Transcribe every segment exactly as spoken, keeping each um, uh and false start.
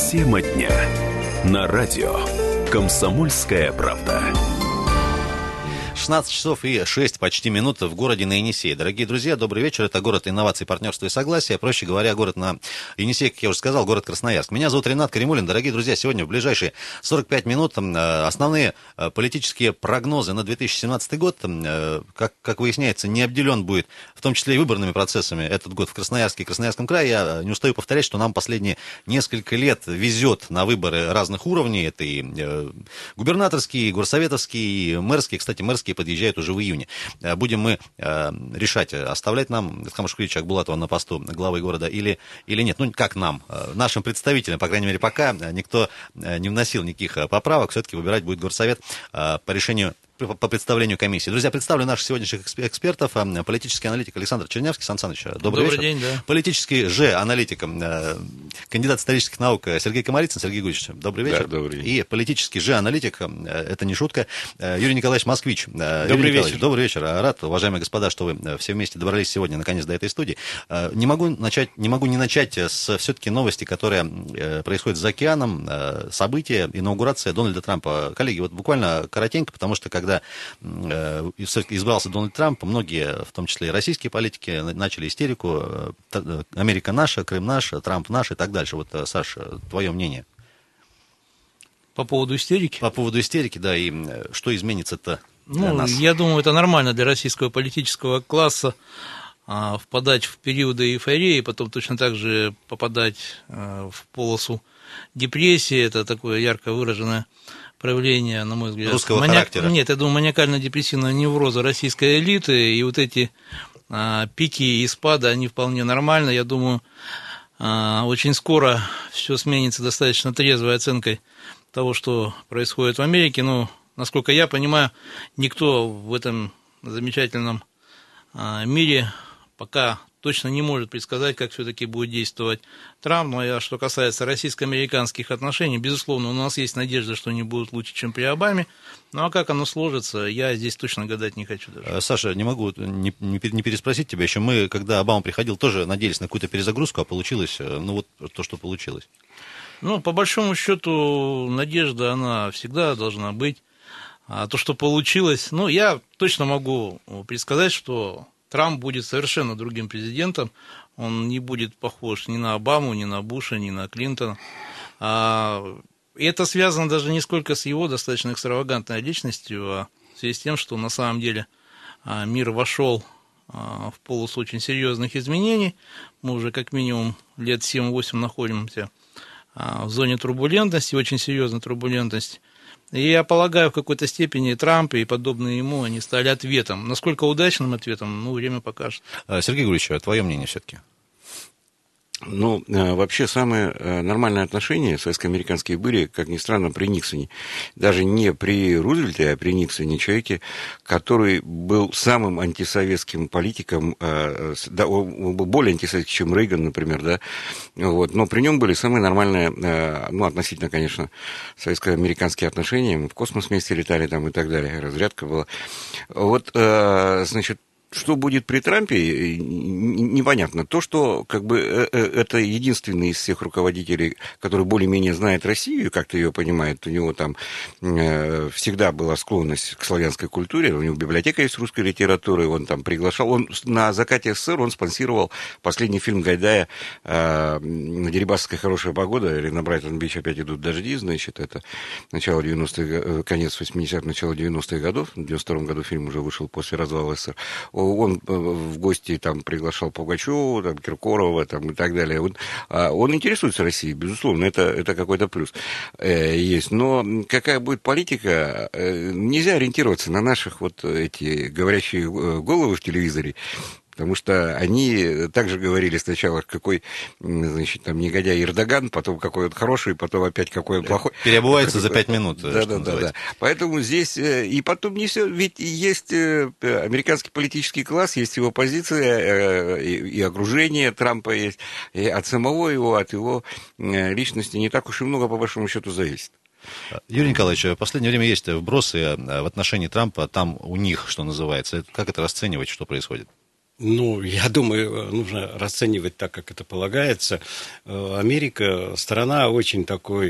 Тема дня. На радио «Комсомольская правда». шестнадцать часов и шесть почти минут в городе на Енисее. Дорогие друзья, добрый вечер. Это город инноваций, партнерства и согласия. Проще говоря, город на Енисее, как я уже сказал, город Красноярск. Меня зовут Ренат Каримулин. Дорогие друзья, сегодня в ближайшие сорок пять минут основные политические прогнозы на две тысячи семнадцатый год. Как, как выясняется, не обделен будет, в том числе и выборными процессами, этот год в Красноярске и Красноярском крае. Я не устаю повторять, что нам последние несколько лет везет на выборы разных уровней. Это и губернаторские, и горсоветовские, и мэрские. Кстати, мэрские подъезжают уже в июне. Будем мы э, решать, оставлять нам Эдхама Шукуровича Акбулатова на посту главы города или, или нет. Ну, как нам, нашим представителям, по крайней мере, пока никто не вносил никаких поправок, все-таки выбирать будет горсовет э, по решению, по представлению комиссии. Друзья, представлю наших сегодняшних экспертов. Политический аналитик Александр Чернявский. Сан Саныч, добрый, добрый вечер. День, да. Политический же аналитик, кандидат исторических наук Сергей Комарицын. Сергей Гурьевич, добрый вечер. Да, добрый день. И политический же аналитик, это не шутка, Юрий Николаевич Москвич. Добрый вечер. Добрый вечер. Рад, уважаемые господа, что вы все вместе добрались сегодня наконец до этой студии. Не могу начать, не могу не начать с все-таки новости, которая происходит за океаном, события, инаугурация Дональда Трампа. Коллеги, вот буквально коротенько, потому что когда избрался Дональд Трамп, многие, в том числе и российские политики, начали истерику. Америка наша, Крым наш, Трамп наш и так дальше. Вот, Саша, твое мнение? По поводу истерики? По поводу истерики, да, и что изменится-то для ну, нас? Я думаю, это нормально для российского политического класса а, впадать в периоды эйфории, потом точно так же попадать а, в полосу депрессии. Это такое ярко выраженное проявление, на мой взгляд, русского маниак... характера. Нет, я думаю, маниакально-депрессивного невроза российской элиты, и вот эти а, пики и спады, они вполне нормальны. Я думаю, а, очень скоро все сменится достаточно трезвой оценкой того, что происходит в Америке. Но, насколько я понимаю, никто в этом замечательном а, мире пока точно не может предсказать, как все-таки будет действовать Трамп. Ну, а что касается российско-американских отношений, безусловно, у нас есть надежда, что они будут лучше, чем при Обаме. Ну, а как оно сложится, я здесь точно гадать не хочу даже. Саша, не могу не, не переспросить тебя еще. Мы, когда Обама приходил, тоже надеялись на какую-то перезагрузку, а получилось, ну, вот то, что получилось. Ну, по большому счету, надежда, она всегда должна быть. А то, что получилось, ну, я точно могу предсказать, что Трамп будет совершенно другим президентом, он не будет похож ни на Обаму, ни на Буша, ни на Клинтона. И это связано даже не сколько с его достаточно экстравагантной личностью, а в связи с тем, что на самом деле мир вошел в полосу очень серьезных изменений. Мы уже как минимум лет семь-восемь находимся в зоне турбулентности, очень серьезной турбулентности. И я полагаю, в какой-то степени Трамп и подобные ему, они стали ответом. Насколько удачным ответом, ну, время покажет. Сергей Гурьевич, а твое мнение все-таки? Ну, вообще, самые нормальные отношения советско-американские были, как ни странно, при Никсоне. Даже не при Рузвельте, а при Никсоне, человеке, который был самым антисоветским политиком, да, он был более антисоветский, чем Рейган, например, да, вот, но при нем были самые нормальные, ну, относительно, конечно, советско-американские отношения, мы в космос вместе летали там и так далее, разрядка была. Вот, значит, что будет при Трампе, непонятно. То, что как бы это единственный из всех руководителей, который более-менее знает Россию, как-то ее понимает, у него там всегда была склонность к славянской культуре, у него библиотека есть русской литературы, он там приглашал, он на закате СССР он спонсировал последний фильм Гайдая «На Дерибасовской хорошая погода», или «На Брайтон-Бич опять идут дожди», значит, это начало девяностых, конец восьмидесятых, начало девяностых годов, в девяносто втором году фильм уже вышел после развала СССР. Он в гости там приглашал Пугачева, там, Киркорова там, и так далее. Он, он интересуется Россией, безусловно, это, это какой-то плюс э, есть. Но какая будет политика, э, нельзя ориентироваться на наших вот эти говорящие головы в телевизоре. Потому что они также говорили сначала, какой, значит, там, негодяй Эрдоган, потом какой он хороший, потом опять какой он плохой. Переобувается за пять минут. Да, да, да, да. Поэтому здесь, и потом не все, ведь есть американский политический класс, есть его позиция, и окружение Трампа есть, и от самого его, от его личности не так уж и много, по большому счету, зависит. Юрий Николаевич, в последнее время есть вбросы в отношении Трампа, там у них, что называется. Как это расценивать, что происходит? Ну, я думаю, нужно расценивать так, как это полагается. Америка – страна очень такой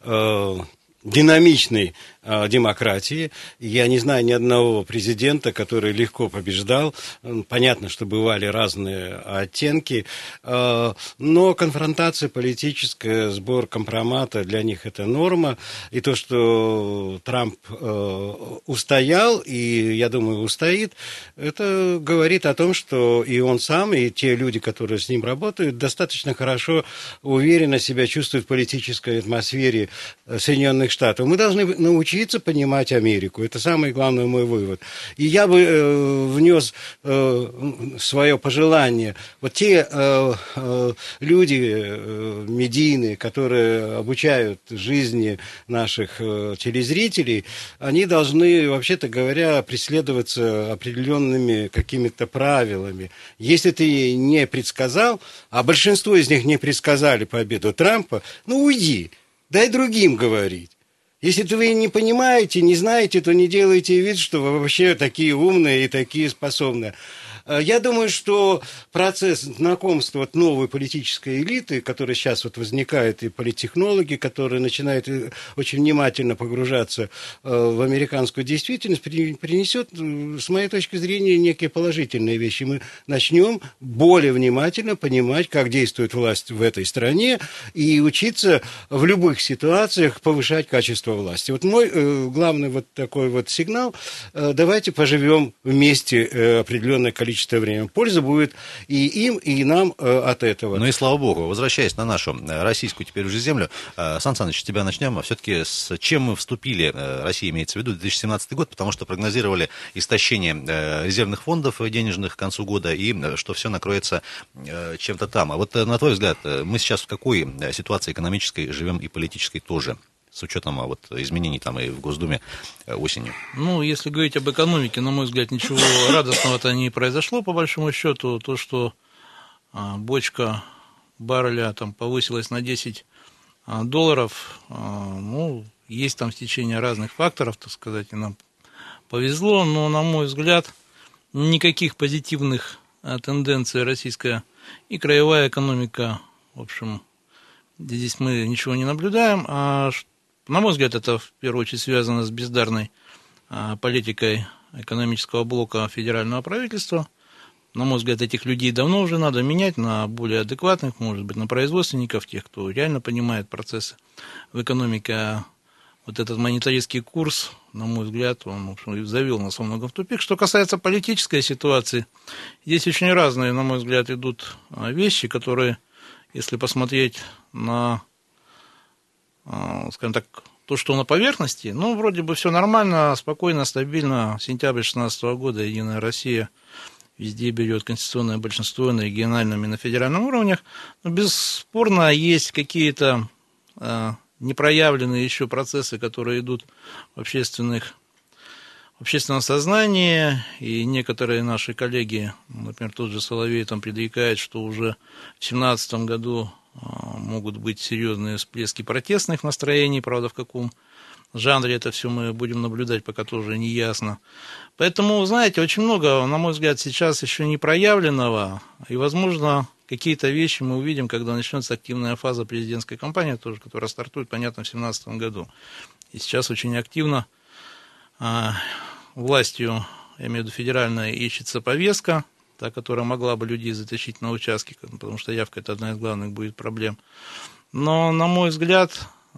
э, динамичной э, демократии. Я не знаю ни одного президента, который легко побеждал. Понятно, что бывали разные оттенки, э, но конфронтация политическая, сбор компромата для них – это норма. И то, что Трамп э, устоял, и, я думаю, устоит, это говорит о том, что и он сам, и те люди, которые с ним работают, достаточно хорошо, уверенно себя чувствуют в политической атмосфере Соединенных Штатов. Мы должны научиться понимать Америку. Это самый главный мой вывод. И я бы э, внес э, свое пожелание. Вот те э, э, люди э, медийные, которые обучают жизни наших э, телезрителей, они должны, вообще-то говоря, преследоваться определенными какими-то правилами. Если ты не предсказал, а большинство из них не предсказали победу Трампа, ну уйди, дай другим говорить. Если вы не понимаете, не знаете, то не делайте вид, что вы вообще такие умные и такие способные. Я думаю, что процесс знакомства вот новой политической элиты, которая сейчас вот возникает, и политтехнологи, которые начинают очень внимательно погружаться в американскую действительность, принесет, с моей точки зрения, некие положительные вещи. Мы начнем более внимательно понимать, как действует власть в этой стране, и учиться в любых ситуациях повышать качество власти. Вот мой главный вот такой вот сигнал: давайте поживем вместе определенное количество времени. Польза будет и им, и нам э, от этого. Ну и слава богу. Возвращаясь на нашу российскую теперь уже землю, э, Сан Саныч, с тебя начнем. А все-таки с чем мы вступили, э, Россия имеется в виду, две тысячи семнадцатый год, потому что прогнозировали истощение э, резервных фондов денежных к концу года, и э, что все накроется э, чем-то там. А вот э, на твой взгляд, э, мы сейчас в какой ситуации экономической живем и политической тоже? С учетом а, вот, изменений там и в Госдуме осенью. Ну, если говорить об экономике, на мой взгляд, ничего радостного-то не произошло, по большому счету. То, что а, бочка барреля там повысилась на десять а, долларов, а, ну, есть там стечение разных факторов, так сказать, и нам повезло, но, на мой взгляд, никаких позитивных а, тенденций российская и краевая экономика, в общем, здесь мы ничего не наблюдаем, а на мой взгляд, это в первую очередь связано с бездарной а, политикой экономического блока федерального правительства. На мой взгляд, этих людей давно уже надо менять на более адекватных, может быть, на производственников, тех, кто реально понимает процессы в экономике. А вот этот монетаристский курс, на мой взгляд, он, в общем, завел нас во многом в тупик. Что касается политической ситуации, здесь очень разные, на мой взгляд, идут вещи, которые, если посмотреть на, скажем так, то, что на поверхности, ну, вроде бы все нормально, спокойно, стабильно. Сентябрь две тысячи шестнадцатого года Единая Россия везде берет конституционное большинство на региональном и на федеральном уровнях. Но бесспорно есть какие-то а, непроявленные еще процессы, которые идут в общественных, в общественном сознании. И некоторые наши коллеги, например, тот же Соловей, там предрекает, что уже в две тысячи семнадцатом году могут быть серьезные всплески протестных настроений, правда, в каком жанре это все мы будем наблюдать, пока тоже не ясно. Поэтому, знаете, очень много, на мой взгляд, сейчас еще не проявленного, и, возможно, какие-то вещи мы увидим, когда начнется активная фаза президентской кампании, тоже, которая стартует, понятно, в две тысячи семнадцатом году. И сейчас очень активно а, властью, я имею в виду федеральной, ищется повестка, та, которая могла бы людей затащить на участки, потому что явка – это одна из главных будет проблем. Но, на мой взгляд,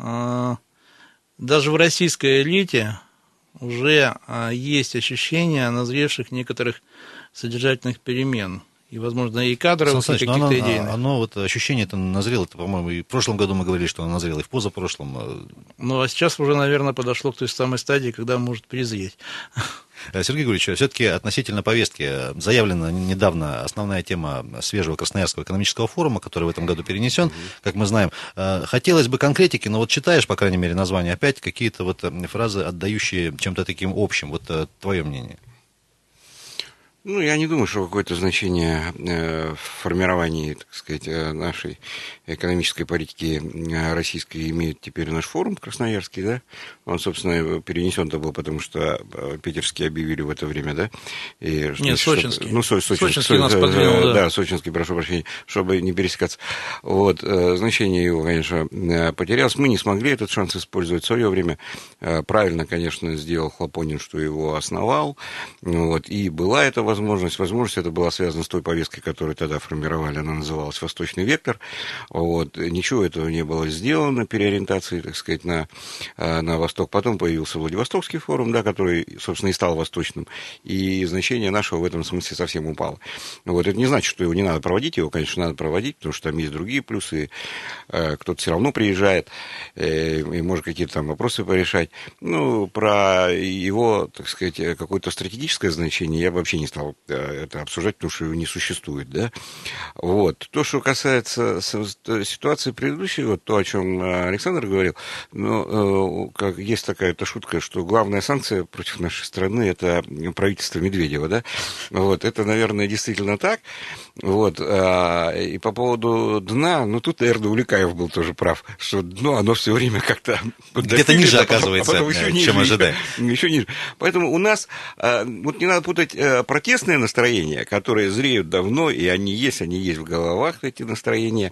даже в российской элите уже есть ощущение назревших некоторых содержательных перемен. И, возможно, и кадровых, и каких-то идейных. Оно, вот ощущение это назрело, это, по-моему, и в прошлом году мы говорили, что оно назрело, и в позапрошлом. Ну, а сейчас уже, наверное, подошло к той самой стадии, когда может перезреть. Сергей Григорьевич, все-таки относительно повестки заявлена недавно основная тема свежего Красноярского экономического форума, который в этом году перенесен, как мы знаем. Хотелось бы конкретики, но вот читаешь, по крайней мере, название опять, какие-то вот фразы, отдающие чем-то таким общим. Вот твое мнение. Ну, я не думаю, что какое-то значение в формировании, так сказать, нашей экономической политики российской имеет теперь наш форум красноярский, да? Он, собственно, перенесен-то был, потому что питерский объявили в это время, да? И, Нет, сочинский. Ну, со, сочинский. Сочинский нас подвинул, да. Да, сочинский, прошу прощения, чтобы не пересекаться. Вот, значение его, конечно, потерялось. Мы не смогли этот шанс использовать в свое время. Правильно, конечно, сделал Хлопонин, что его основал. Вот, и была эта возможность. Возможность это была связана с той повесткой, которую тогда формировали. Она называлась «Восточный вектор». Вот, ничего этого не было сделано, переориентации, так сказать, на, на восток. Потом появился Владивостокский форум, да, который, собственно, и стал восточным. И значение нашего в этом смысле совсем упало. Вот, это не значит, что его не надо проводить. Его, конечно, надо проводить, потому что там есть другие плюсы. Кто-то все равно приезжает и может какие-то там вопросы порешать. Ну, про его, так сказать, какое-то стратегическое значение я вообще не стал это обсуждать, потому что его не существует, да. Вот. То, что касается ситуации предыдущей, вот то, о чем Александр говорил, ну, как есть такая-то шутка, что главная санкция против нашей страны – это правительство Медведева, да. Вот. Это, наверное, действительно так. Вот. И по поводу дна, ну, тут, наверное, Уликаев был тоже прав, что дно, оно все время как-то... Где-то ниже, оказывается, а еще ниже, чем ожидаем. Еще ниже. Поэтому у нас, вот не надо путать протестные настроения, которые зреют давно, и они есть, они есть в головах, эти настроения,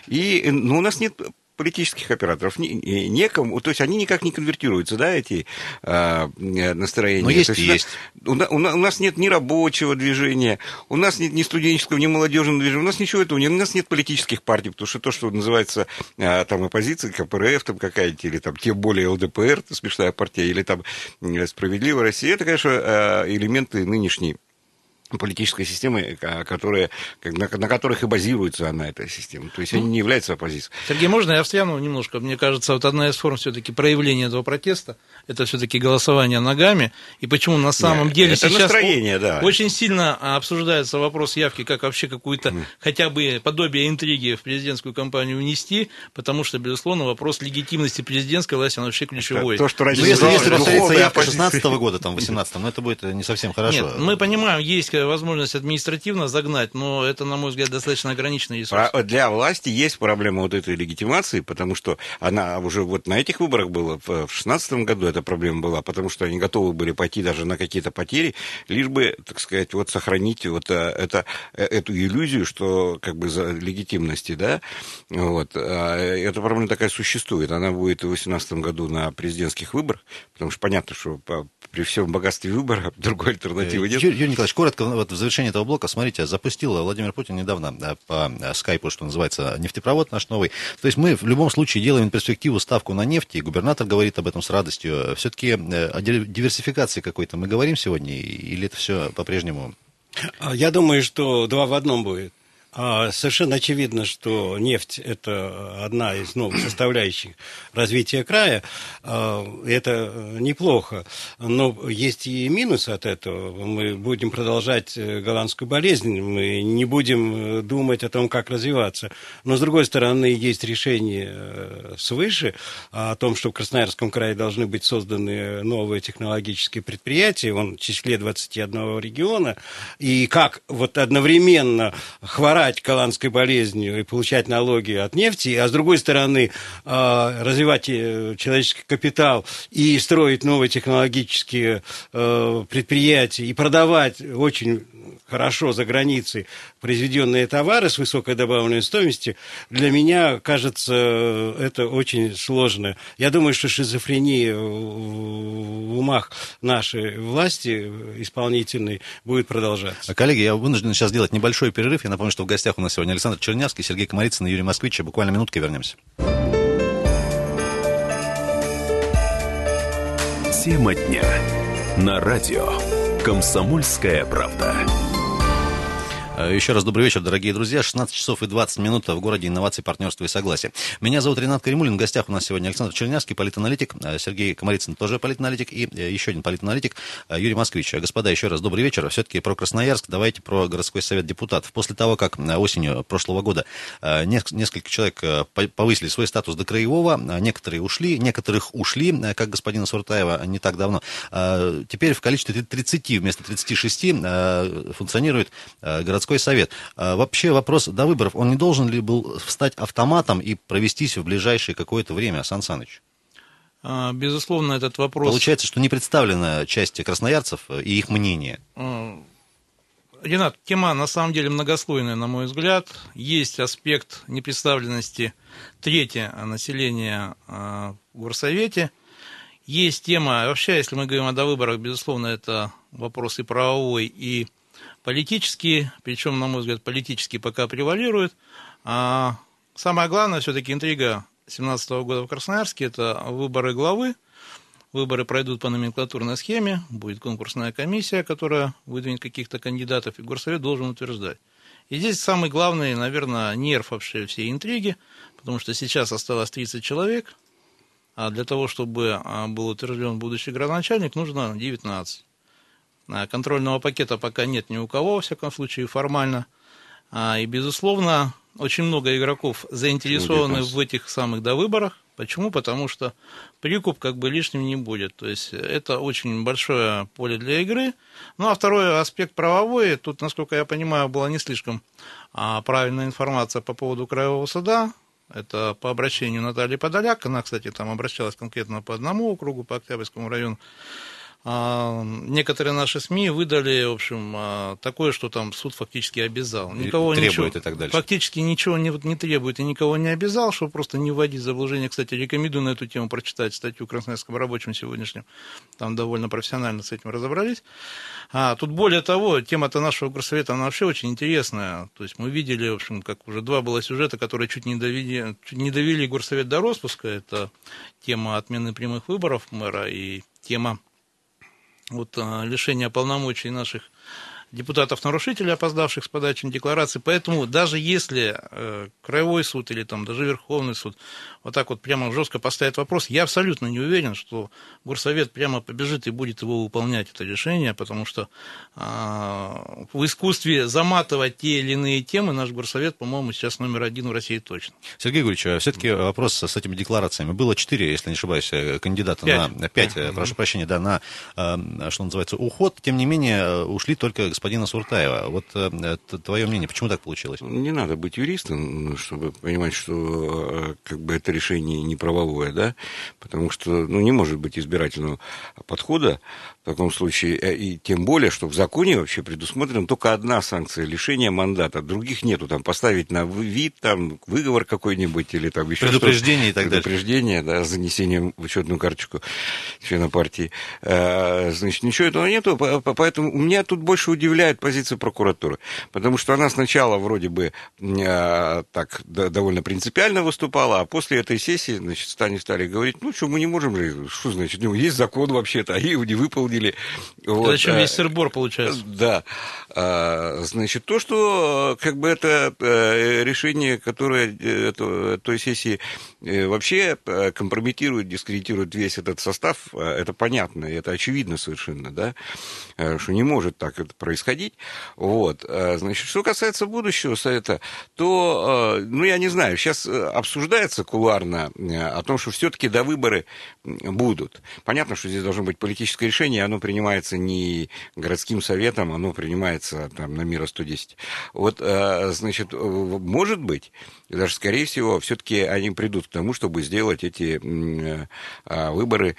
и ну, у нас нет политических операторов, некому, то есть они никак не конвертируются, да, эти э, настроения. Но есть то есть и есть. У, у, у нас нет ни рабочего движения, у нас нет ни студенческого, ни молодежного движения, у нас ничего этого нет, у нас нет политических партий, потому что то, что называется э, там оппозицией, ка пэ эр эф там какая-нибудь, или там тем более эл дэ пэ эр, это смешная партия, или там «Справедливая Россия», это, конечно, э, элементы нынешней политической системы, которые, на, на которых и базируется она, эта система. То есть они не являются оппозицией. Сергей, можно я встряну немножко? Мне кажется, вот одна из форм все-таки проявления этого протеста – это все-таки голосование ногами. И почему на самом Нет, деле сейчас да. очень сильно обсуждается вопрос явки, как вообще какую-то mm. хотя бы подобие интриги в президентскую кампанию внести, потому что, безусловно, вопрос легитимности президентской власти, он вообще ключевой. То, что раньше если, если повторится явка шестнадцатого года, там, восемнадцатого, ну, это будет не совсем хорошо. Нет, мы понимаем, есть возможность административно загнать, но это, на мой взгляд, достаточно ограниченный ресурс. Для власти есть проблема вот этой легитимации, потому что она уже вот на этих выборах была, в шестнадцатом году эта проблема была, потому что они готовы были пойти даже на какие-то потери, лишь бы, так сказать, вот сохранить вот это, эту иллюзию, что как бы за легитимности, да, вот. Эта проблема такая существует, она будет в восемнадцатом году на президентских выборах, потому что понятно, что при всем богатстве выбора другой альтернативы нет. Юрий Николаевич, коротко, вот в завершении этого блока, смотрите, запустил Владимир Путин недавно да, по скайпу, что называется, нефтепровод наш новый. То есть мы в любом случае делаем перспективу ставку на нефть, и губернатор говорит об этом с радостью. Все-таки о диверсификации какой-то мы говорим сегодня, или это все по-прежнему? Я думаю, что два в одном будет. Совершенно очевидно, что нефть – это одна из новых составляющих развития края. Это неплохо. Но есть и минусы от этого. Мы будем продолжать голландскую болезнь, мы не будем думать о том, как развиваться. Но, с другой стороны, есть решение свыше о том, что в Красноярском крае должны быть созданы новые технологические предприятия. Он в числе двадцати одного региона. И как вот одновременно хворать голландской болезнью и получать налоги от нефти, а с другой стороны развивать человеческий капитал и строить новые технологические предприятия и продавать очень хорошо за границей произведенные товары с высокой добавленной стоимостью, для меня кажется это очень сложно. Я думаю, что шизофрения в умах нашей власти исполнительной будет продолжаться. Коллеги, я вынужден сейчас сделать небольшой перерыв. Я напомню, что в гостях у нас сегодня Александр Чернявский, Сергей Комарицын и Юрий Москвич. Буквально минутка, вернемся. Тема дня на радио «Комсомольская правда». Еще раз добрый вечер, дорогие друзья. шестнадцать часов и двадцать минут в городе инноваций, партнерства и согласия. Меня зовут Ренат Каримулин. В гостях у нас сегодня Александр Чернявский, политаналитик, Сергей Комарицын, тоже политаналитик, и еще один политаналитик, Юрий Москвич. Господа, еще раз добрый вечер. Все-таки про Красноярск. Давайте про городской совет депутатов. После того, как осенью прошлого года несколько человек повысили свой статус до краевого, некоторые ушли, некоторых ушли, как господина Суртаева не так давно. Теперь в количестве тридцати вместо тридцати шести функционирует городской совет. Вообще вопрос до выборов, он не должен ли был стать автоматом и провестись в ближайшее какое-то время, Сан Саныч? Безусловно, этот вопрос... Получается, что не представлена часть красноярцев и их мнение. Ренат, тема на самом деле многослойная, на мой взгляд. Есть аспект непредставленности трети населения в горсовете. Есть тема, вообще, если мы говорим о довыборах, безусловно, это вопрос и правовой, и политический, причем, на мой взгляд, политический пока превалирует. А самое главное, все-таки интрига две тысячи семнадцатого года в Красноярске – это выборы главы. Выборы пройдут по номенклатурной схеме, будет конкурсная комиссия, которая выдвинет каких-то кандидатов, и горсовет должен утверждать. И здесь самый главный, наверное, нерв вообще всей интриги, потому что сейчас осталось тридцать человек, а для того, чтобы был утвержден будущий градоначальник, нужно девятнадцать. Контрольного пакета пока нет ни у кого, во всяком случае, формально. И, безусловно, очень много игроков заинтересованы в этих самых довыборах. Почему? Потому что прикуп как бы лишним не будет. То есть это очень большое поле для игры. Ну, а второй аспект правовой. Тут, насколько я понимаю, была не слишком правильная информация по поводу краевого суда. Это по обращению Натальи Подоляк. Она, кстати, там обращалась конкретно по одному округу, по Октябрьскому району. Некоторые наши СМИ выдали, в общем, такое, что там суд фактически обязал. Никого требует ничего, и так дальше. Фактически ничего не, не требует и никого не обязал, чтобы просто не вводить в заблуждение. Кстати, рекомендую на эту тему прочитать статью в Красноярском рабочем сегодняшнем. Там довольно профессионально с этим разобрались. А тут более того, тема-то нашего горсовета, она вообще очень интересная. То есть мы видели, в общем, как уже два было сюжета, которые чуть не довели, чуть не довели горсовет до распуска. Это тема отмены прямых выборов мэра и тема вот, лишения полномочий наших депутатов-нарушителей, опоздавших с подачей декларации. Поэтому даже если э, Краевой суд или там даже Верховный суд вот так вот прямо жестко поставит вопрос, я абсолютно не уверен, что горсовет прямо побежит и будет его выполнять, это решение, потому что э, в искусстве заматывать те или иные темы наш горсовет, по-моему, сейчас номер один в России точно. Сергей Григорьевич, все-таки вопрос с этими декларациями. Было четыре, если не ошибаюсь, кандидата пять. на пять, mm-hmm. прошу прощения, да, на, э, что называется, уход. Тем не менее, ушли только господина Суртаева. Вот э, твое мнение, почему так получилось? Не надо быть юристом, чтобы понимать, что как бы это решение не правовое, да, потому что ну, не может быть избирательного подхода в таком случае, и тем более, что в законе вообще предусмотрена только одна санкция – лишение мандата, других нету, там поставить на вид, там выговор какой-нибудь или там еще предупреждение и так далее. Предупреждение, да, с занесением в учетную карточку члена партии. Значит, ничего этого нету, поэтому меня тут больше удивляет позиция прокуратуры, потому что она сначала вроде бы так довольно принципиально выступала, а после этой сессии, значит, стали, стали говорить, ну, что мы не можем же, что значит, ну, есть закон вообще-то, а его не выполнили. Вот. Зачем весь сыр-бор, получается? Да. Значит, то, что как бы это решение, которое это, той сессии вообще компрометирует, дискредитирует весь этот состав, это понятно, это очевидно совершенно, да, что не может так это происходить. Вот. Значит, что касается будущего совета, то, ну, я не знаю, сейчас обсуждается кулуарно о том, что все-таки довыборы будут. Понятно, что здесь должно быть политическое решение, оно принимается не городским советом, оно принимается там на Мира сто десять. Вот, значит, может быть, даже скорее всего, все-таки они придут к тому, чтобы сделать эти выборы,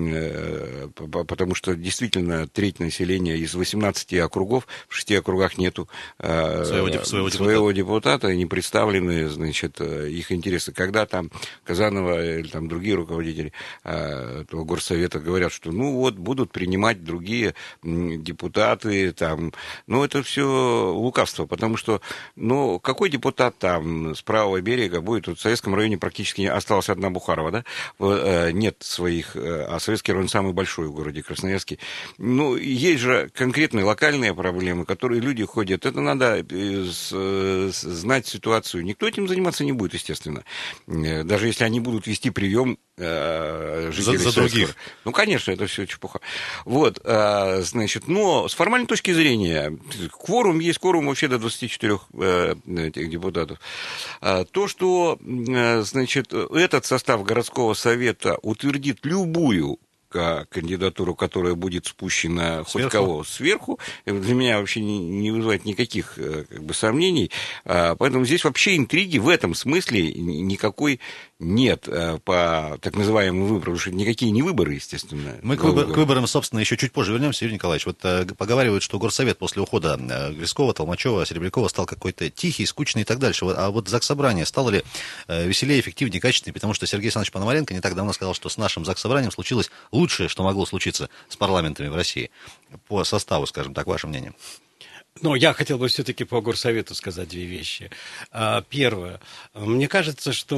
потому что действительно треть населения из восемнадцати округов, в шести округах нету своего, своего, своего депутата. депутата, не представлены, значит, их интересы. Когда там Казанова или там другие руководители этого горсовета говорят, что ну вот будут принимать другие депутаты, там, ну это все лукавство, потому что, ну, какой депутат там с правого берега будет, вот в Советском районе практически осталась одна Бухарова, да, нет своих, а Советский район самый большой в городе Красноярске. Ну, есть же конкретные локальные решения проблемы, которые люди ходят. Это надо знать ситуацию. Никто этим заниматься не будет, естественно. Даже если они будут вести прием жителей за, за других. Ну, конечно, это все чепуха. Вот, значит, но с формальной точки зрения, кворум есть кворум вообще до двадцати четырёх этих депутатов. То, что, значит, этот состав городского совета утвердит любую кандидатуру, которая будет спущена сверху. Хоть кого сверху, для меня вообще не, не вызывает никаких как бы, сомнений. Поэтому здесь вообще интриги в этом смысле никакой нет по так называемым выборам, потому что никакие не выборы, естественно. Мы к, выбор, к выборам, собственно, еще чуть позже вернемся, Юрий Николаевич. Вот э, поговаривают, что Горсовет после ухода Грицкого, Толмачева, Серебрякова стал какой-то тихий, скучный и так дальше. А вот Заксобрание стало ли э, веселее, эффективнее, качественнее? Потому что Сергей Александрович Пономаренко не так давно сказал, что с нашим Заксобранием случилось лучшее, что могло случиться с парламентами в России. По составу, скажем так, ваше мнение. Но я хотел бы все-таки по Горсовету сказать две вещи. Первое. Мне кажется, что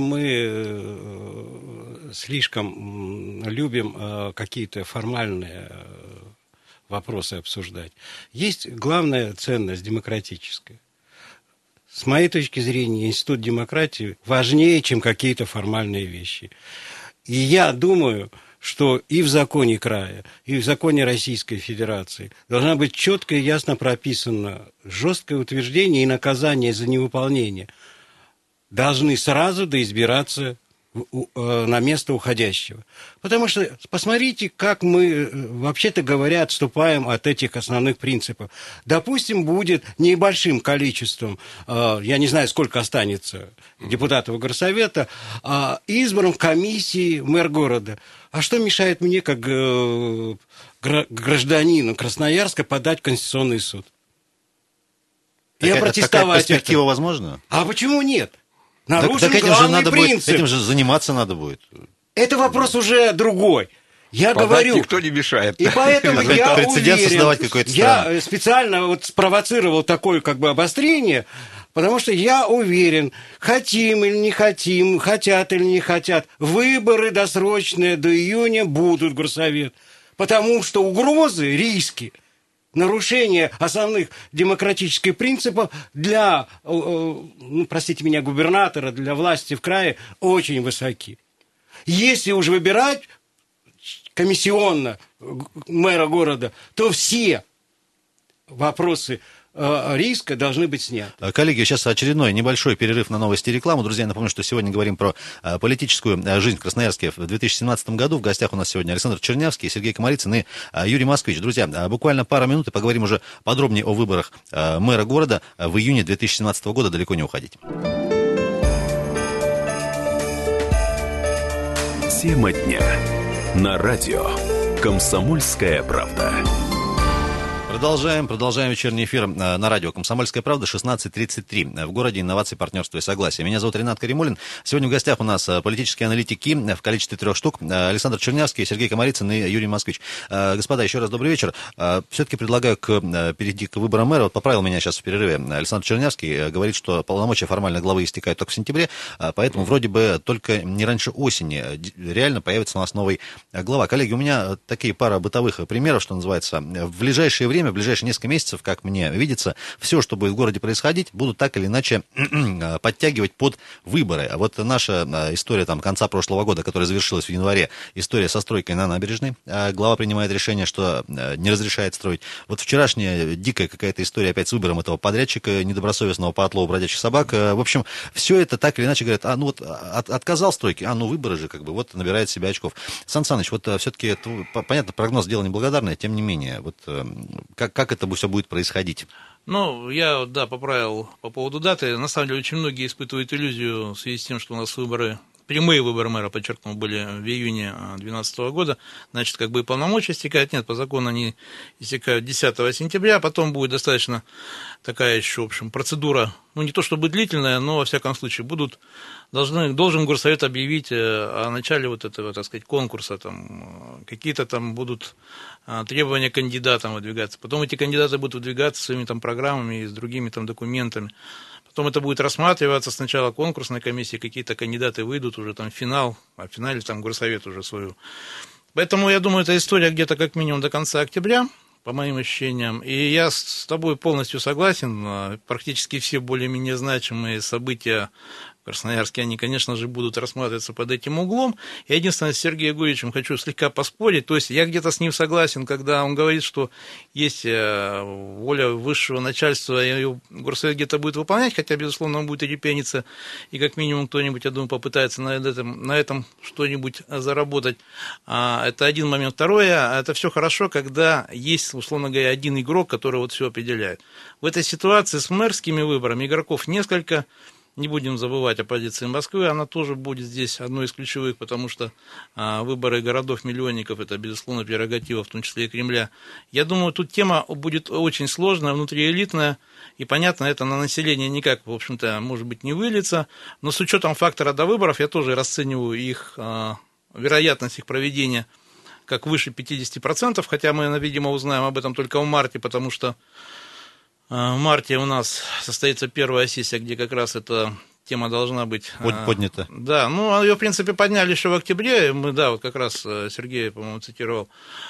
мы слишком любим какие-то формальные вопросы обсуждать. Есть главная ценность демократическая. С моей точки зрения, институт демократии важнее, чем какие-то формальные вещи. И я думаю, что и в законе края, и в законе Российской Федерации должна быть четко и ясно прописано жесткое утверждение и наказание за невыполнение. Должны сразу доизбираться на место уходящего. Потому что посмотрите, как мы, вообще-то говоря, отступаем от этих основных принципов. Допустим, будет небольшим количеством, я не знаю, сколько останется депутатов Горсовета, избран в комиссии мэр города. А что мешает мне, как гражданину Красноярска, подать в Конституционный суд? И так, опротестовать такая перспектива это? Возможна? А почему нет? Нарушен так, так этим главный же надо принцип. Будет, этим же заниматься надо будет. Это вопрос уже другой. Я Подать говорю... никто не мешает. И поэтому я уверен... Я специально вот спровоцировал такое как бы обострение, потому что я уверен, хотим или не хотим, хотят или не хотят, выборы досрочные до июня будут в Горсовет. Потому что угрозы, риски, нарушение основных демократических принципов для, ну, простите меня, губернатора, для власти в крае очень высоки. Если уж выбирать комиссионно мэра города, то все вопросы риска должны быть сняты. Коллеги, сейчас очередной небольшой перерыв на новости и рекламу. Друзья, напомню, что сегодня говорим про политическую жизнь в Красноярске в две тысячи семнадцатом году. В гостях у нас сегодня Александр Чернявский, Сергей Комарицын и Юрий Москвич. Друзья, буквально пара минут и поговорим уже подробнее о выборах мэра города в июне две тысячи семнадцатого года. Далеко не уходите. Тема дня. На радио «Комсомольская правда». Продолжаем, продолжаем вечерний эфир на радио «Комсомольская правда», шестнадцать тридцать три. В городе инноваций, партнерства и согласия. Меня зовут Ренат Каримулин. Сегодня в гостях у нас политические аналитики в количестве трех штук. Александр Чернявский, Сергей Комарицын и Юрий Москвич. Господа, еще раз добрый вечер. Все-таки предлагаю к, перейти к выборам мэра. Вот поправил меня сейчас в перерыве Александр Чернявский. Говорит, что полномочия формально главы истекают только в сентябре, поэтому вроде бы только не раньше осени реально появится у нас новый глава. Коллеги, у меня такие пара бытовых примеров, что называется. В ближайшее время, в ближайшие несколько месяцев, как мне видится, все, что будет в городе происходить, будут так или иначе подтягивать под выборы. А вот наша история там конца прошлого года, которая завершилась в январе, история со стройкой на набережной. Глава принимает решение, что не разрешает строить. Вот вчерашняя дикая какая-то история опять с выбором этого подрядчика недобросовестного по отлову бродячих собак. В общем, все это так или иначе говорят, а ну вот от, отказал стройки, а ну выборы же как бы вот набирает себе очков. Сан Саныч, вот все-таки, понятно, прогноз дело неблагодарное, тем не менее, вот как, как это все будет происходить? Ну, я, да, поправил по поводу даты. На самом деле, очень многие испытывают иллюзию в связи с тем, что у нас выборы, прямые выборы мэра, подчеркну, были в июне две тысячи двенадцатого года. Значит, как бы и полномочия истекают. Нет, по закону они истекают десятого сентября. Потом будет достаточно такая еще, в общем, процедура, ну, не то чтобы длительная, но, во всяком случае, будут, должны, должен Горсовет объявить о начале вот этого, так сказать, конкурса. Там, какие-то там будут требования к кандидатам выдвигаться. Потом эти кандидаты будут выдвигаться своими там программами и с другими там документами. Потом это будет рассматриваться сначала конкурсной комиссии, какие-то кандидаты выйдут уже там в финал, а в финале там Горсовет уже свою. Поэтому, я думаю, эта история где-то как минимум до конца октября. по моим ощущениям. И я с тобой полностью согласен. Практически все более-менее значимые события в Красноярске, они, конечно же, будут рассматриваться под этим углом. Я единственное, с Сергеем Гурьевичем хочу слегка поспорить. То есть я где-то с ним согласен, когда он говорит, что есть воля высшего начальства, и горсовет где-то будет выполнять, хотя, безусловно, он будет репениться, и как минимум кто-нибудь, я думаю, попытается на этом, на этом что-нибудь заработать. Это один момент. Второе, это все хорошо, когда есть, условно говоря, один игрок, который вот все определяет. В этой ситуации с мэрскими выборами игроков несколько. Не будем забывать о позиции Москвы, она тоже будет здесь одной из ключевых, потому что а, выборы городов-миллионников – это, безусловно, прерогатива, в том числе и Кремля. Я думаю, тут тема будет очень сложная, внутриэлитная, и, понятно, это на население никак, в общем-то, может быть, не выльется, но с учетом фактора до выборов я тоже расцениваю их, а, вероятность их проведения как выше пятьдесят процентов, хотя мы, видимо, узнаем об этом только в марте, потому что в марте у нас состоится первая сессия, где как раз эта тема должна быть поднята. Да, ну, ее, в принципе, подняли еще в октябре. Мы, да, вот как раз Сергей, по-моему, цитировал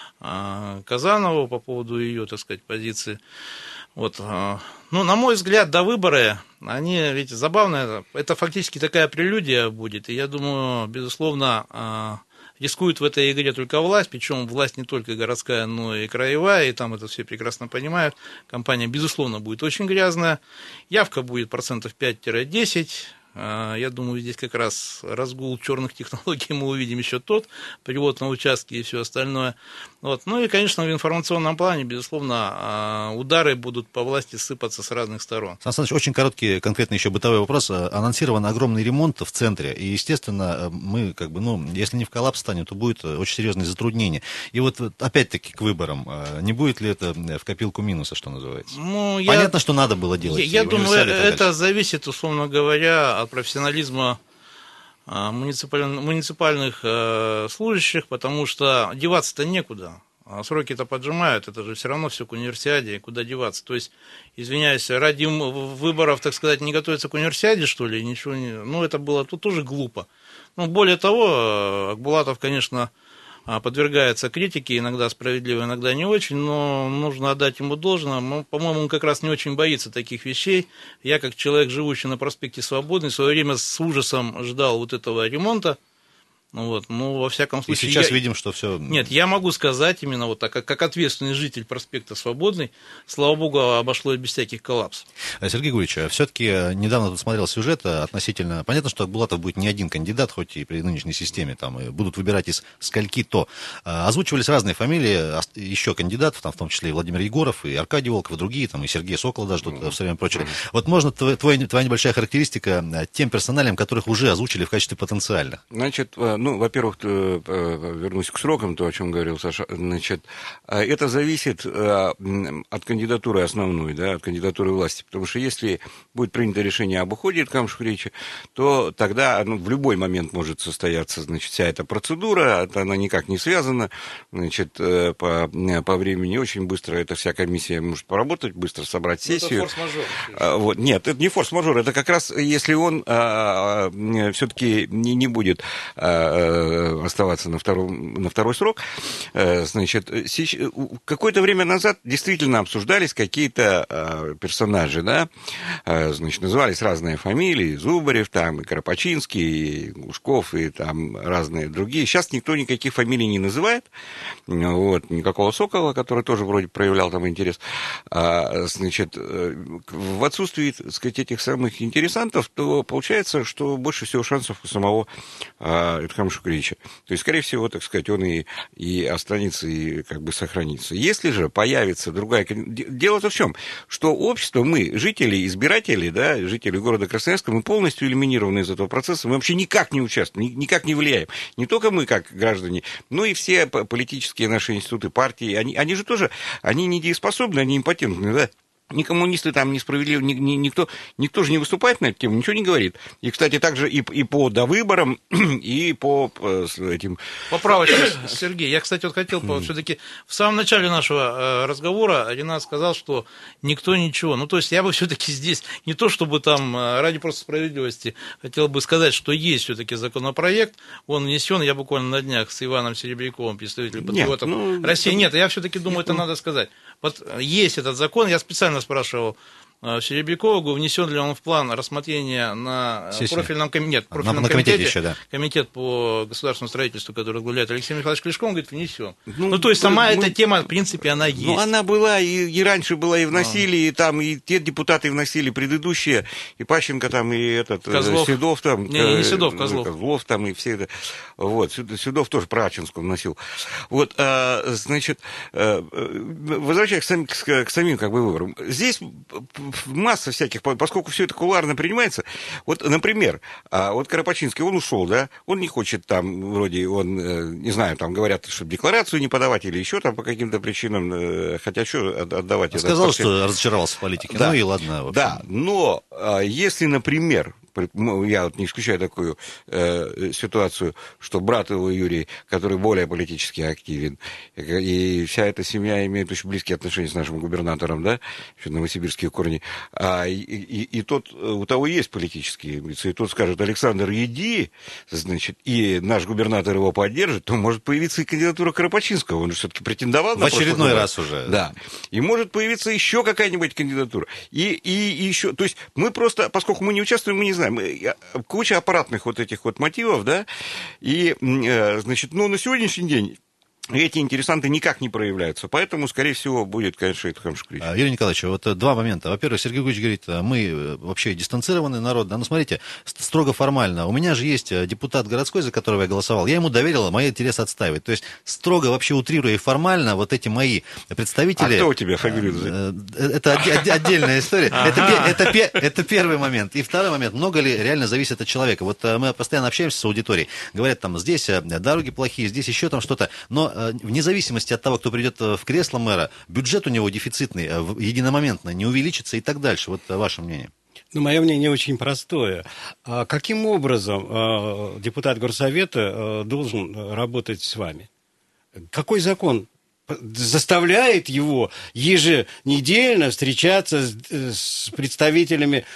Казанову по поводу ее, так сказать, позиции. Вот. Ну, на мой взгляд, до выборы, они, ведь забавно, это, это фактически такая прелюдия будет. И я думаю, безусловно, рискует в этой игре только власть, причем власть не только городская, но и краевая, и там это все прекрасно понимают. Компания, безусловно, будет очень грязная. Явка будет процентов пять-десять. Я думаю, здесь как раз разгул черных технологий мы увидим еще тот, перевод на участки и все остальное. Вот. Ну и, конечно, в информационном плане, безусловно, удары будут по власти сыпаться с разных сторон. Сан Саныч, очень короткий, конкретный еще бытовой вопрос. Анонсирован огромный ремонт в центре, и, естественно, мы, как бы, ну, если не в коллапс станем, то будет очень серьезные затруднения. И вот, опять-таки, к выборам, не будет ли это в копилку минуса, что называется? Ну, Понятно, я, что надо было делать. Я, я думаю, это зависит, условно говоря, от профессионализма муниципальных, муниципальных служащих, потому что деваться-то некуда. Сроки-то поджимают, это же все равно все к универсиаде, куда деваться. То есть, извиняюсь, ради выборов, так сказать, не готовиться к универсиаде, что ли, ничего не... Ну, это было тут тоже глупо. Ну, более того, Акбулатов, конечно, подвергается критике, иногда справедливо, иногда не очень, но нужно отдать ему должное. Ну, по-моему, он как раз не очень боится таких вещей. Я, как человек, живущий на проспекте Свободный, в свое время с ужасом ждал вот этого ремонта. Ну, вот, ну, во всяком случае... И сейчас я... видим, что все... Нет, я могу сказать именно вот так, как, как ответственный житель проспекта Свободный, слава богу, обошлось без всяких коллапсов. Сергей Гурьевич, все-таки недавно тут смотрел сюжет относительно... Понятно, что Акбулатов будет не один кандидат, хоть и при нынешней системе, там, и будут выбирать из скольки-то. Озвучивались разные фамилии, еще кандидатов, там, в том числе и Владимир Егоров, и Аркадий Волков, и другие, там, и Сергей Сокол даже тут все время прочее. Вот можно твой, твоя небольшая характеристика тем персоналиям, которых уже озвучили в качестве потенциальных? Значит, ну, во-первых, вернусь к срокам, то, о чем говорил Саша. Значит, это зависит от кандидатуры основной, да, от кандидатуры власти. Потому что если будет принято решение об уходе от Камшух-Речи, то тогда ну, в любой момент может состояться, значит, вся эта процедура, она никак не связана, значит, по, по времени очень быстро эта вся комиссия может поработать, быстро собрать сессию. Это форс-мажор. Вот, нет, это не форс-мажор, это как раз, если он а, а, все-таки не, не будет а, оставаться на, втором, на второй срок. Значит, какое-то время назад действительно обсуждались какие-то персонажи, да, значит, назывались разные фамилии, Зубарев, там, и Карапачинский, и Глушков, и там разные другие. Сейчас никто никаких фамилий не называет, вот, никакого Сокола, который тоже вроде проявлял там интерес. Значит, в отсутствии, так сказать, этих самых интересантов, то получается, что больше всего шансов у самого Эдхама Шукрича. То есть, скорее всего, так сказать, он и, и останется, и как бы сохранится. Если же появится другая... Дело-то в чем? Что общество, мы, жители, избиратели, да, жители города Красноярска, мы полностью элиминированы из этого процесса, мы вообще никак не участвуем, никак не влияем. Не только мы, как граждане, но и все политические наши институты, партии, они, они же тоже, они недееспособны, они импотентны, да? Ни коммунисты там, ни справедливо, ни, ни, никто, никто же не выступает на эту тему, ничего не говорит. И, кстати, также и, и по довыборам, и по, по этим... Поправочка, Сергей. Я, кстати, вот хотел mm. все-таки в самом начале нашего разговора Ренат сказал, что никто ничего. Ну, то есть я бы все-таки здесь не то, чтобы там ради просто справедливости хотел бы сказать, что есть все-таки законопроект, он внесен, я буквально на днях с Иваном Серебряковым, представителем патриотов ну, России. Нет, я все-таки думаю, это надо сказать. Вот есть этот закон, я специально спрашивал Серебрякова, внесен ли он в план рассмотрения на Сессия. профильном, ком... Нет, профильном на, на комитете, комитете еще, да. Комитет по государственному строительству, который возглавляет Алексей Михайлович Клишко, он говорит, внесен. Ну, ну то есть сама мы... эта тема, в принципе, она есть. Ну, она была, и, и раньше была, и вносили, а. и там, и те депутаты вносили предыдущие, и Пащенко там, и этот, Козлов. Седов там. Не, не, не Седов, Козлов. Козлов там, и все это. Вот, Седов тоже про Ачинскую вносил. Вот, а, значит, возвращаясь к, к, к самим, как бы, выборам. Здесь масса всяких, поскольку все это кулуарно принимается. Вот, например, вот Карапачинский, он ушел, да, он не хочет там, вроде, он, не знаю, там говорят, чтобы декларацию не подавать или еще там по каким-то причинам, хотя что отдавать... Сказал, что разочаровался в политике, да. Ну и ладно. Да, но если, например, я вот не исключаю такую э, ситуацию, что брат его Юрий, который более политически активен, и вся эта семья имеет очень близкие отношения с нашим губернатором, да, новосибирские корни, а, и, и, и тот, у того есть политические амбиции, и тот скажет, Александр, иди, значит, и наш губернатор его поддержит, то может появиться и кандидатура Карапачинского, он же все-таки претендовал в на очередной раз уже. Да, и может появиться еще какая-нибудь кандидатура. И, и, и еще, то есть мы просто, поскольку мы не участвуем, мы не знаем, куча аппаратных вот этих вот мотивов, да, и, значит, ну, на сегодняшний день эти интересанты никак не проявляются, поэтому, скорее всего, будет, конечно, это Хамшкрич. Юрий Николаевич, вот два момента. Во-первых, Сергей Гуч говорит, мы вообще дистанцированный народ, да, ну, смотрите, строго формально. У меня же есть депутат городской, за которого я голосовал, я ему доверил мои интересы отстаивать. То есть, строго вообще утрируя и формально, вот эти мои представители... А кто у тебя фамилию? Это отдельная история. Это первый момент. И второй момент, много ли реально зависит от человека. Вот мы постоянно общаемся с аудиторией, говорят, там, здесь дороги плохие, здесь еще там что-то, но вне зависимости от того, кто придет в кресло мэра, бюджет у него дефицитный, единомоментно не увеличится и так дальше. Вот ваше мнение. Ну, мое мнение очень простое. А каким образом а, депутат горсовета а, должен работать с вами? Какой закон заставляет его еженедельно встречаться с, с представителями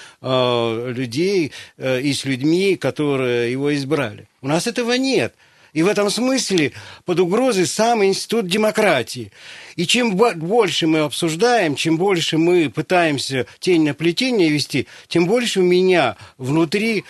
э, людей э, и с людьми, которые его избрали? У нас этого нет. И в этом смысле под угрозой сам институт демократии. И чем больше мы обсуждаем, чем больше мы пытаемся тень на плетение вести, тем больше у меня внутри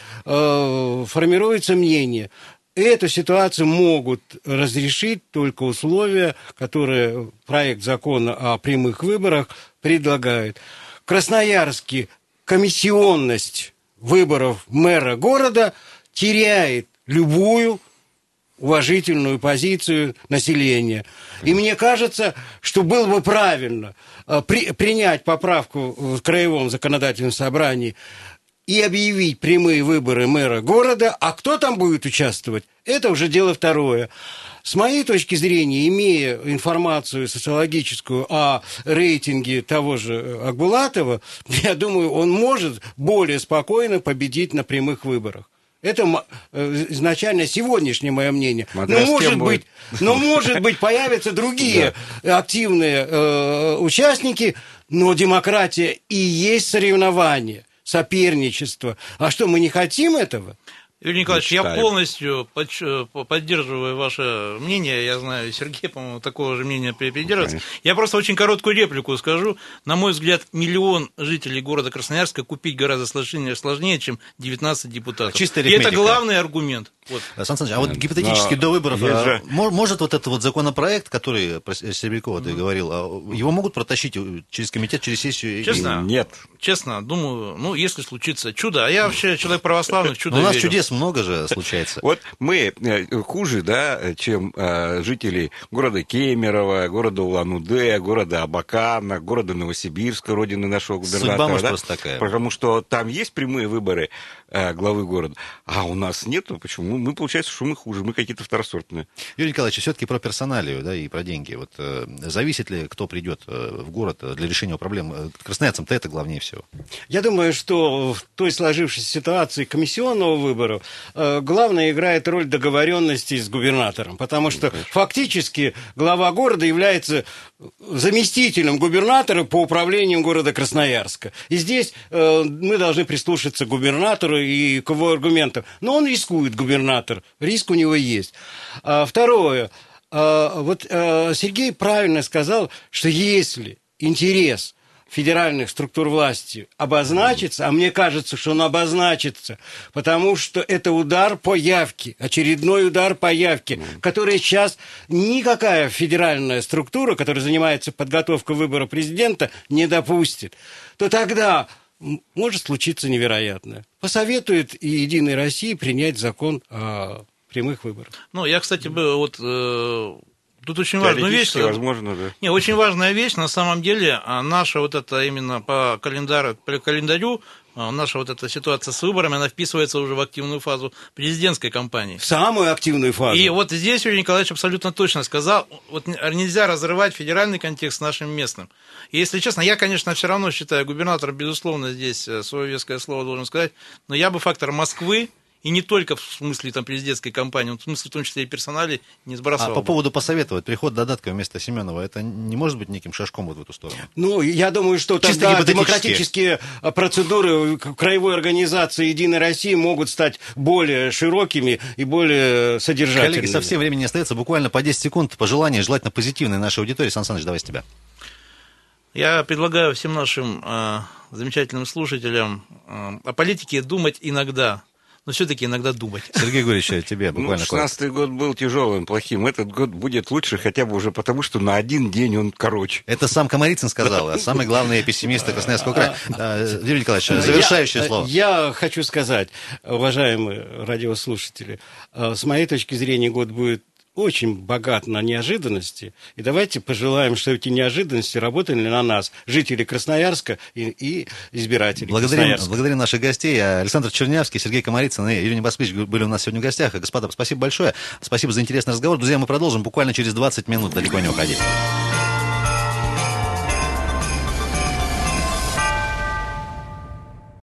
э, формируется мнение. Эту ситуацию могут разрешить только условия, которые проект закона о прямых выборах предлагает. В Красноярске комиссионность выборов мэра города теряет любую уважительную позицию населения. И мне кажется, что было бы правильно при, принять поправку в Краевом законодательном собрании и объявить прямые выборы мэра города, а кто там будет участвовать, это уже дело второе. С моей точки зрения, имея информацию социологическую о рейтинге того же Акбулатова, я думаю, он может более спокойно победить на прямых выборах. Это изначально сегодняшнее мое мнение. Но может, быть, но, может быть, появятся другие активные э, участники, но демократия и есть соревнование, соперничество. А что, мы не хотим этого? Юрий Николаевич, я полностью поддерживаю ваше мнение. Я знаю, Сергей, по-моему, такого же мнения придерживается. Я просто очень короткую реплику скажу. На мой взгляд, миллион жителей города Красноярска купить гораздо сложнее, сложнее чем девятнадцать депутатов. Чистая арифметика. И это главный аргумент. Вот. Сан Саныч, а вот гипотетически Но до выборов же... может вот этот вот законопроект, который про Серебрякова ты mm-hmm. говорил, его могут протащить через комитет, через сессию? Честно? Нет. Честно, думаю, ну, если случится чудо. А я вообще человек православный, в чудо верю. У нас чудес много же случается. Вот мы хуже, да, чем жители города Кемерово, города Улан-Удэ, города Абакана, города Новосибирска, родины нашего губернатора. Судьба, может, да? просто такая. Потому что там есть прямые выборы э, главы города. А у нас нету. Почему? Мы, получается, что мы хуже, мы какие-то второсортные. Юрий Николаевич, все-таки про персоналию, да, и про деньги. Вот э, зависит ли, кто придет э, в город для решения проблем? Красноярцам-то это главнее всего. Я думаю, что в той сложившейся ситуации комиссионного выбора э, главное играет роль договоренности с губернатором, потому что ну, фактически глава города является заместителем губернатора по управлению города Красноярска. И здесь э, мы должны прислушаться к губернатору и к его аргументам. Но он рискует, губернатор, риск у него есть. А, второе. А, вот а, Сергей правильно сказал, что если интерес федеральных структур власти обозначится, а мне кажется, что он обозначится, потому что это удар по явке, очередной удар по явке, который сейчас никакая федеральная структура, которая занимается подготовкой выбора президента, не допустит, то тогда может случиться невероятное. Посоветует и «Единой России» принять закон о прямых выборах. Ну, я, кстати, бы вот... Э... Тут очень важная вещь. Возможно, да. Не, очень важная вещь, на самом деле, наша вот эта именно по календарю, по календарю, наша вот эта ситуация с выборами, она вписывается уже в активную фазу президентской кампании. В самую активную фазу. И вот здесь Юрий Николаевич абсолютно точно сказал, вот нельзя разрывать федеральный контекст с нашим местным. И если честно, я, конечно, все равно считаю, губернатор, безусловно, здесь свое веское слово должен сказать, но я бы фактор Москвы, и не только в смысле там, президентской кампании, в смысле в том числе и персонале, не сбрасывал. А по поводу посоветовать, приход Додатко вместо Семенова, это не может быть неким шажком вот в эту сторону? Ну, я думаю, что чисто тогда демократические процедуры краевой организации «Единой России» могут стать более широкими и более содержательными. Коллеги, совсем времени не остается, буквально по десять секунд пожелания, желательно позитивной нашей аудитории. Сан Саныч, давай с тебя. Я предлагаю всем нашим э, замечательным слушателям э, о политике думать иногда, но все-таки иногда думать. Сергей Григорьевич, тебе буквально. Ну, шестнадцатый год был тяжелым, плохим. Этот год будет лучше хотя бы уже потому, что на один день он короче. Это сам Комарицын сказал, а самый главный пессимист Красноярского края. Юрий Николаевич, завершающее слово. Я хочу сказать, уважаемые радиослушатели, с моей точки зрения год будет очень богат на неожиданности. И давайте пожелаем, что эти неожиданности работали на нас, жителей Красноярска и, и избирателей благодарим, Красноярска. Благодарим наших гостей. Александр Чернявский, Сергей Комарицын и Юрий Небосквич были у нас сегодня в гостях. Господа, спасибо большое. Спасибо за интересный разговор. Друзья, мы продолжим буквально через двадцать минут. Далеко не уходите.